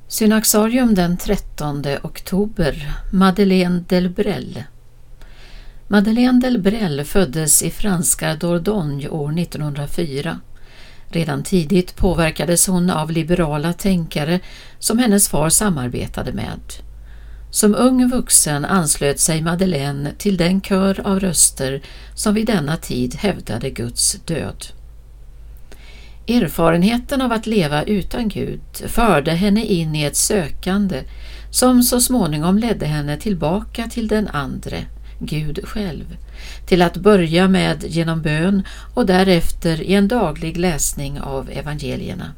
Synaxarium den 13 oktober. Madeleine Delbrel. Madeleine Delbrel föddes i franska Dordogne år 1904. Redan tidigt påverkades hon av liberala tänkare som hennes far samarbetade med. Som ung vuxen anslöt sig Madeleine till den kör av röster som vid denna tid hävdade Guds död. Erfarenheten av att leva utan Gud förde henne in i ett sökande som så småningom ledde henne tillbaka till den andre, Gud själv, till att börja med genom bön och därefter i en daglig läsning av evangelierna.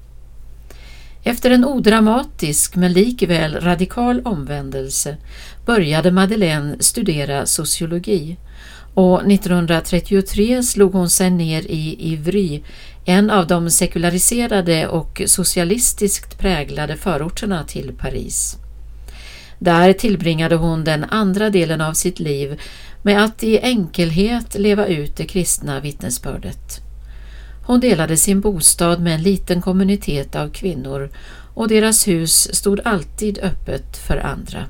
Efter en odramatisk men likväl radikal omvändelse började Madeleine studera sociologi och 1933 slog hon sig ner i Ivry, en av de sekulariserade och socialistiskt präglade förorterna till Paris. Där tillbringade hon den andra delen av sitt liv med att i enkelhet leva ut det kristna vittnesbördet. Hon delade sin bostad med en liten kommunitet av kvinnor och deras hus stod alltid öppet för andra.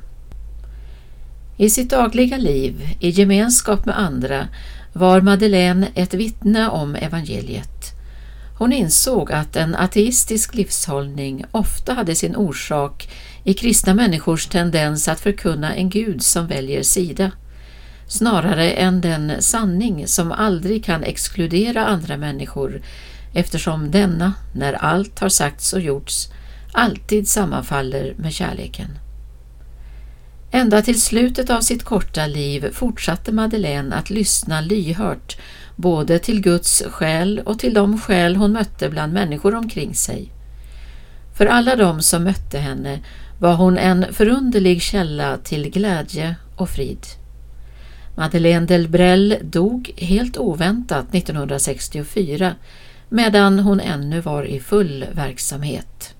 I sitt dagliga liv, i gemenskap med andra, var Madeleine ett vittne om evangeliet. Hon insåg att en ateistisk livshållning ofta hade sin orsak i kristna människors tendens att förkunna en Gud som väljer sida, snarare än den sanning som aldrig kan exkludera andra människor, eftersom denna, när allt har sagts och gjorts, alltid sammanfaller med kärleken. Ända till slutet av sitt korta liv fortsatte Madeleine att lyssna lyhört både till Guds själ och till de själ hon mötte bland människor omkring sig. För alla de som mötte henne var hon en förunderlig källa till glädje och frid. Madeleine Delbrel dog helt oväntat 1964 medan hon ännu var i full verksamhet.